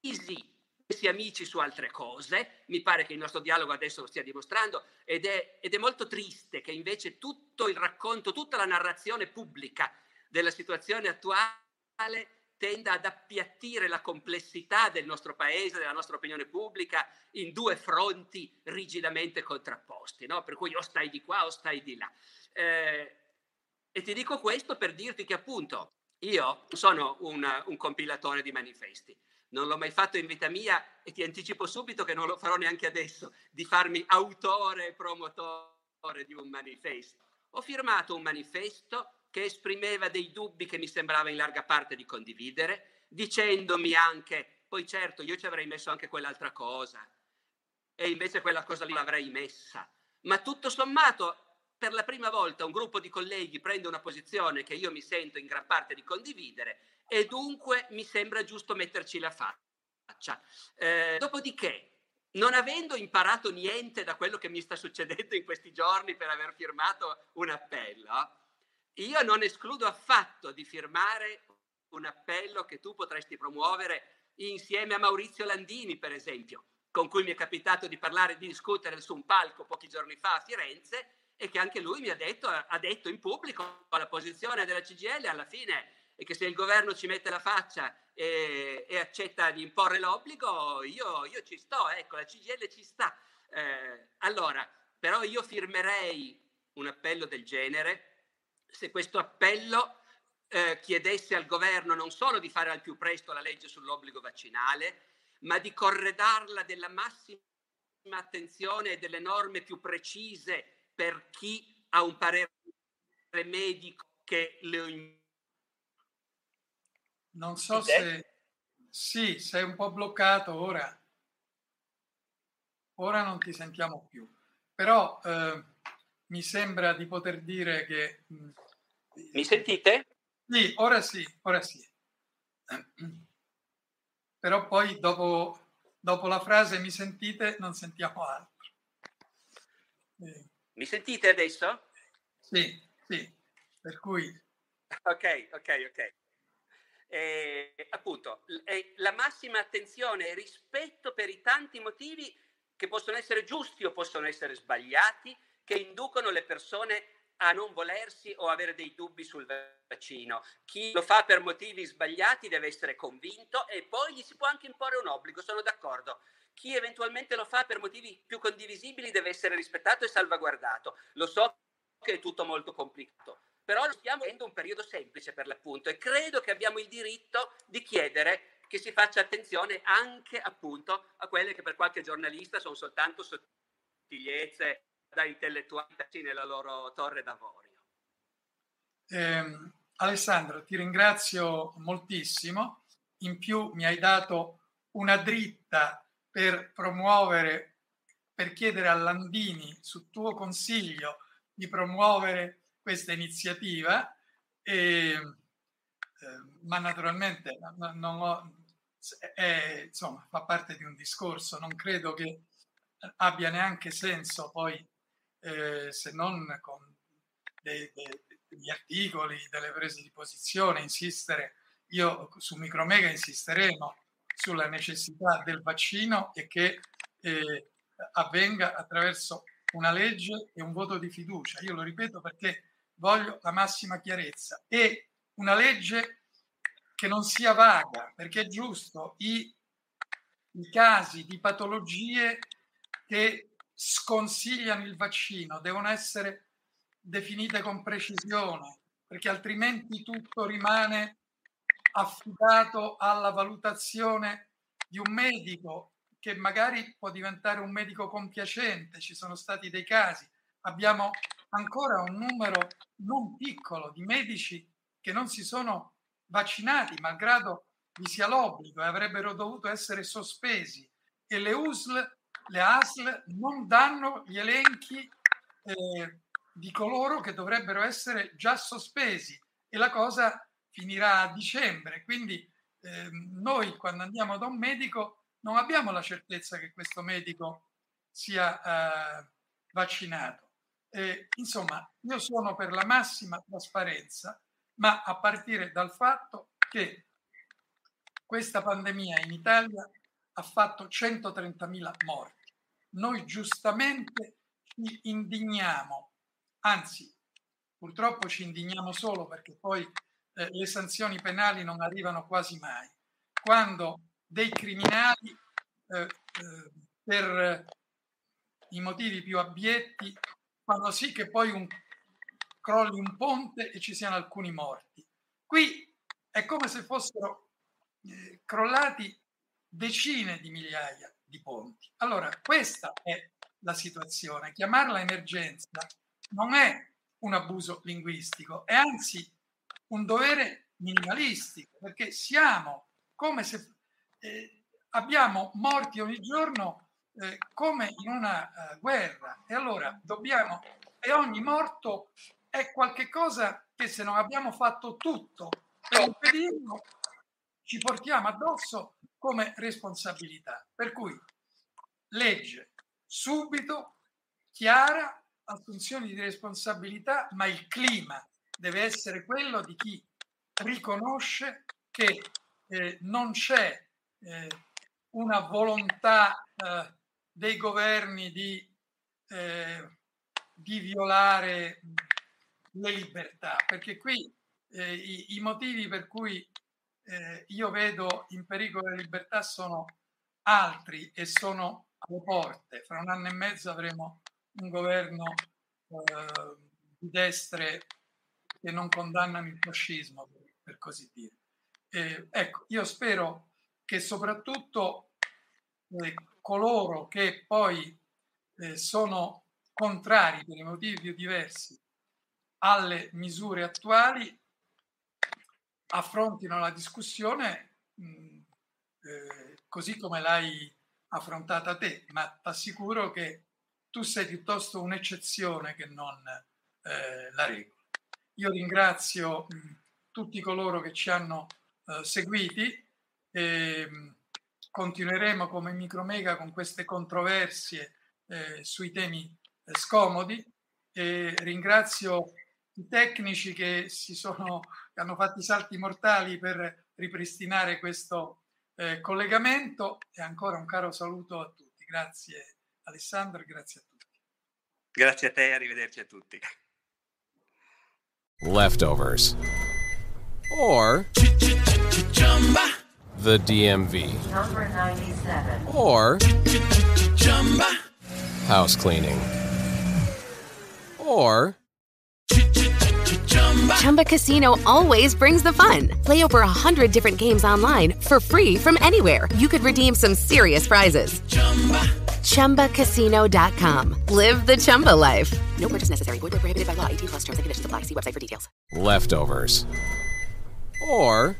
questi amici su altre cose. Mi pare che il nostro dialogo adesso lo stia dimostrando, ed è, ed è molto triste che invece tutto il racconto, tutta la narrazione pubblica della situazione attuale tenda ad appiattire la complessità del nostro paese, della nostra opinione pubblica, in due fronti rigidamente contrapposti, no? Per cui o stai di qua o stai di là. Eh, e ti dico questo per dirti che appunto io sono un, un compilatore di manifesti. Non l'ho mai fatto in vita mia e ti anticipo subito che non lo farò neanche adesso, di farmi autore e promotore di un manifesto. Ho firmato un manifesto che esprimeva dei dubbi che mi sembrava in larga parte di condividere, dicendomi anche, poi certo io ci avrei messo anche quell'altra cosa e invece quella cosa lì l'avrei messa. Ma tutto sommato, per la prima volta un gruppo di colleghi prende una posizione che io mi sento in gran parte di condividere e dunque mi sembra giusto metterci la faccia. Eh, dopodiché, non avendo imparato niente da quello che mi sta succedendo in questi giorni per aver firmato un appello, io non escludo affatto di firmare un appello che tu potresti promuovere insieme a Maurizio Landini, per esempio, con cui mi è capitato di parlare, di discutere su un palco pochi giorni fa a Firenze, e che anche lui mi ha detto, ha detto in pubblico la posizione della C G I L alla fine è che se il governo ci mette la faccia e, e accetta di imporre l'obbligo, io, io ci sto, ecco, la C G I L ci sta. Eh, allora, però io firmerei un appello del genere se questo appello eh, chiedesse al governo non solo di fare al più presto la legge sull'obbligo vaccinale, ma di corredarla della massima attenzione e delle norme più precise per chi ha un parere medico che le... Non so se... Sì, sei un po' bloccato ora. Ora non ti sentiamo più. Però eh, mi sembra di poter dire che... Mi sentite? Sì, ora sì, ora sì. Però poi dopo, dopo la frase mi sentite non sentiamo altro. Eh. Mi sentite adesso? Sì, sì, per cui... Ok, ok, ok. Eh, appunto, eh, la massima attenzione e rispetto per i tanti motivi che possono essere giusti o possono essere sbagliati, che inducono le persone a non volersi o avere dei dubbi sul vaccino. Chi lo fa per motivi sbagliati deve essere convinto e poi gli si può anche imporre un obbligo, sono d'accordo. Chi eventualmente lo fa per motivi più condivisibili deve essere rispettato e salvaguardato. Lo so che è tutto molto complicato, però lo stiamo avendo un periodo semplice per l'appunto e credo che abbiamo il diritto di chiedere che si faccia attenzione anche appunto a quelle che per qualche giornalista sono soltanto sottigliezze da intellettuali nella loro torre d'avorio. Eh, Alessandro, ti ringrazio moltissimo. In più mi hai dato una dritta per promuovere, per chiedere a Landini, su tuo consiglio, di promuovere questa iniziativa, e, eh, ma naturalmente non, non ho, è, insomma, fa parte di un discorso, non credo che abbia neanche senso poi, eh, se non con dei, dei, degli articoli, delle prese di posizione, insistere. Io su Micromega insisteremo sulla necessità del vaccino e che eh, avvenga attraverso una legge e un voto di fiducia. Io lo ripeto perché voglio la massima chiarezza e una legge che non sia vaga, perché è giusto i, i casi di patologie che sconsigliano il vaccino devono essere definite con precisione, perché altrimenti tutto rimane affidato alla valutazione di un medico che magari può diventare un medico compiacente. Ci sono stati dei casi, abbiamo ancora un numero non piccolo di medici che non si sono vaccinati malgrado vi sia l'obbligo e avrebbero dovuto essere sospesi, e le U S L, le A S L non danno gli elenchi eh, di coloro che dovrebbero essere già sospesi, e la cosa finirà a dicembre. Quindi eh, noi quando andiamo da un medico non abbiamo la certezza che questo medico sia eh, vaccinato. Eh, insomma, io sono per la massima trasparenza, ma a partire dal fatto che questa pandemia in Italia ha fatto centotrentamila morti. Noi giustamente ci indigniamo, anzi purtroppo ci indigniamo solo perché poi eh, le sanzioni penali non arrivano quasi mai, quando dei criminali eh, eh, per i motivi più abbietti fanno sì che poi un, crolli un ponte e ci siano alcuni morti. Qui è come se fossero eh, crollati decine di migliaia di ponti. Allora, questa è la situazione. Chiamarla emergenza non è un abuso linguistico, è anzi un dovere minimalistico, perché siamo come se eh, abbiamo morti ogni giorno eh, come in una uh, guerra, e allora dobbiamo, e ogni morto è qualche cosa che, se non abbiamo fatto tutto per impedirlo, ci portiamo addosso come responsabilità. Per cui legge subito, chiara, assunzioni di responsabilità, ma il clima deve essere quello di chi riconosce che eh, non c'è eh, una volontà eh, dei governi di, eh, di violare le libertà, perché qui eh, i, i motivi per cui eh, io vedo in pericolo le libertà sono altri e sono alle porte. Fra un anno e mezzo avremo un governo eh, di destre che non condannano il fascismo, per, per così dire. Eh, ecco, io spero che soprattutto eh, coloro che poi eh, sono contrari per i motivi più diversi alle misure attuali affrontino la discussione mh, eh, così come l'hai affrontata te, ma ti assicuro che tu sei piuttosto un'eccezione che non eh, la regola. Io ringrazio mh, tutti coloro che ci hanno eh, seguiti e mh, continueremo come Micromega con queste controversie eh, sui temi eh, scomodi, e ringrazio i tecnici che si sono che hanno fatto i salti mortali per ripristinare questo eh, collegamento, e ancora un caro saluto a tutti. Grazie Alessandro, grazie a tutti. Grazie a te, arrivederci a tutti. Leftovers or the D M V Number ninety-seven. or house cleaning or Chumba Casino always brings the fun. Play over a hundred different games online for free from anywhere. You could redeem some serious prizes. Chumba Casino dot com. Live the Chumba life. No purchase necessary. Void where prohibited by law. eighteen plus terms and conditions apply. See website for details. leftovers or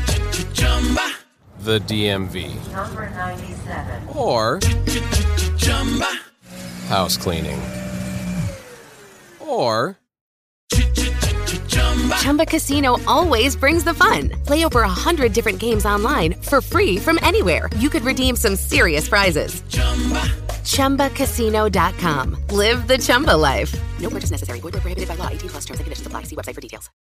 the D M V Number ninety-seven. or house cleaning or Chumba Casino always brings the fun. Play over a hundred different games online for free from anywhere. You could redeem some serious prizes. Chumba Casino dot com. Live the Chumba life. No purchase necessary. Void where prohibited by law. eighteen plus terms and conditions apply. See website for details.